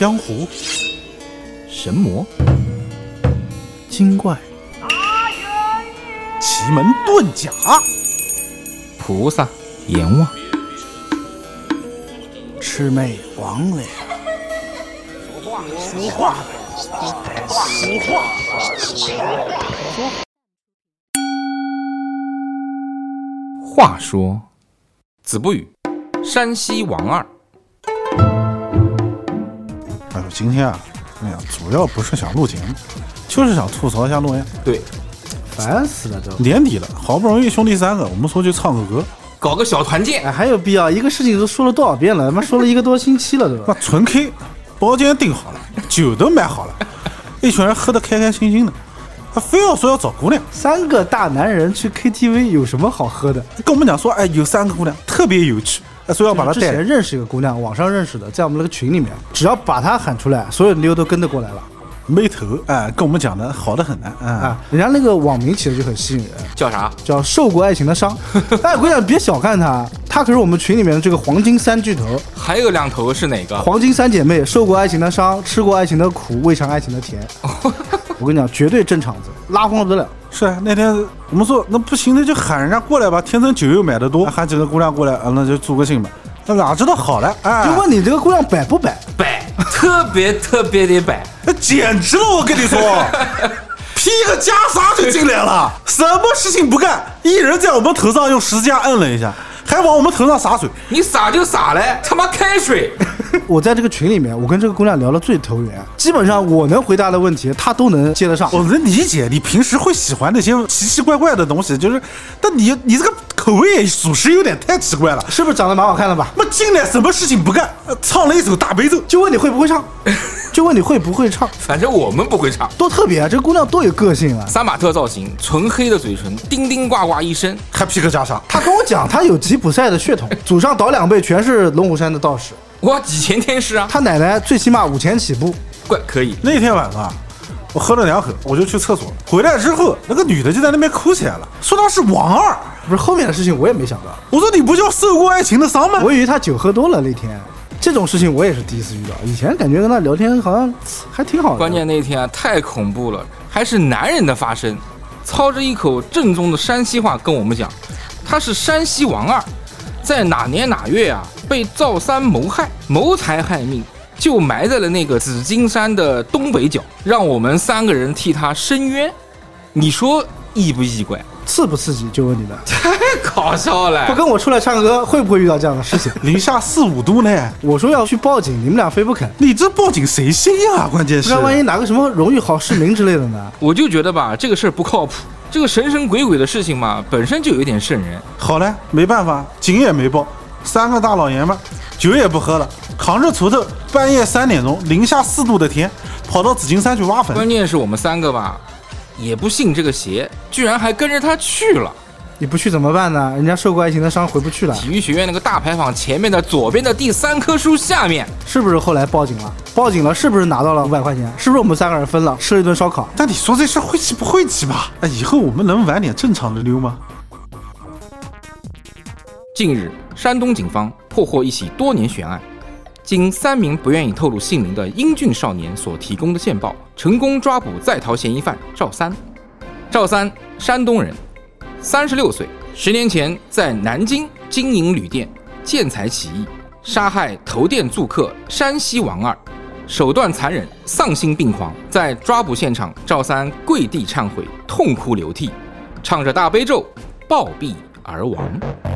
江湖， 神魔、 精怪，奇门遁甲， 菩萨、阎王、 魑魅魍魉。说话。 话说，子不语，山西王二。 哎呦，今天啊，主要不是想录节目，就是想吐槽一下洛阳。 对， 烦死了都。 年底了，好不容易兄弟三个，我们说去唱个歌， 搞个小团建。 哎，还有必要？一个事情都说了多少遍了？他妈说了1个多星期了，对吧？ 那纯 K， 包间订好了，酒都买好了，一群人喝得开开心心的，他非要说要找姑娘。 3个大男人去 KTV 有什么好喝的？ 跟我们讲说，哎，有3个姑娘特别有趣，所以要把她带。 之前认识一个姑娘，网上认识的，在我们那个群里面，只要把她喊出来，所有妞都跟着过来了。 没头，哎，跟我们讲的好的很难啊，人家那个网名起的就很吸引人， 叫啥？ 叫受过爱情的伤。哎，我跟你讲，别小看她，她可是我们群里面的这个黄金3巨头。 还有2头是哪个？ 黄金3姐妹，受过爱情的伤，吃过爱情的苦，未尝爱情的甜。我跟你讲，绝对正场子，拉风了不得了。 是啊，那天我们说那不行，那就喊人家过来吧。天生酒又买的多，喊几个姑娘过来，那就助个兴吧。那哪知道好了，哎， 就问你这个姑娘摆不摆？ 摆，特别的摆， 简直了！我跟你说，披个袈裟就进来了，什么事情不干，一人在我们头上用10字架摁了一下，还往我们头上洒水。 你洒就洒嘞，他妈开水！ 我在这个群里面，我跟这个姑娘聊了最投缘，基本上我能回答的问题，她都能接得上。 我能理解你平时会喜欢那些奇奇怪怪的东西，就是，但你这个口味属实有点太奇怪了， 是不是长得蛮好看的吧？ 那进来什么事情不干，唱了一首大悲咒， 就问你会不会唱，就问你会不会唱。 反正我们不会唱， 多特别啊！这个姑娘多有个性啊 ！3把特造型，纯黑的嘴唇，叮叮呱呱一身， 还披个袈裟。 她跟我讲，她有吉普赛的血统，祖上倒2辈全是龙虎山的道士。 哇，几千天师啊！ 他奶奶最起码5000起步， 怪可以。 那天晚上我喝了2口，我就去厕所，回来之后那个女的就在那边哭起来了，说她是王二。 不是后面的事情我也没想到。 我说你不叫受过爱情的伤吗？ 我以为他酒喝多了那天。这种事情我也是第一次遇到，以前感觉跟他聊天好像还挺好的。 关键那天啊，太恐怖了，还是男人的发声，操着一口正宗的山西话跟我们讲，他是山西王二。在哪年哪月啊，被赵三谋害，谋财害命，就埋在了那个紫金山的东北角，让我们3个人替他伸冤。你说异不异怪？ 刺不刺激？就问你的， 太搞笑了！ 不跟我出来唱歌，会不会遇到这样的事情？ 零下4、5度呢？ 我说要去报警，你们俩非不肯。 你这报警谁信啊？关键是， 不然万一拿个什么荣誉好市民之类的呢？ 我就觉得吧，这个事儿不靠谱。这个神神鬼鬼的事情嘛，本身就有点瘆人。 好嘞，没办法，警也没报，3个大老爷们酒也不喝了，扛着锄头，半夜3点钟，零下4度的天，跑到紫金山去挖坟。 关键是我们3个吧，也不信这个邪，居然还跟着他去了。 你不去怎么办呢？人家受过爱情的伤回不去了。 体育学院那个大牌坊前面的左边的第3棵树下面， 是不是后来报警了？报警了，是不是拿到了500块钱？是不是我们3个人分了，吃了一顿烧烤？ 但你说这事晦气不晦气吧？哎，以后我们能玩点正常的溜吗？ 近日，山东警方破获一起多年悬案，经3名不愿意透露姓名的英俊少年所提供的线报，成功抓捕在逃嫌疑犯赵三。赵三，山东人，36岁，10年前在南京经营旅店，见财起意，杀害投店住客山西王二，手段残忍，丧心病狂。在抓捕现场，赵三跪地忏悔，痛哭流涕，唱着大悲咒，暴毙而亡。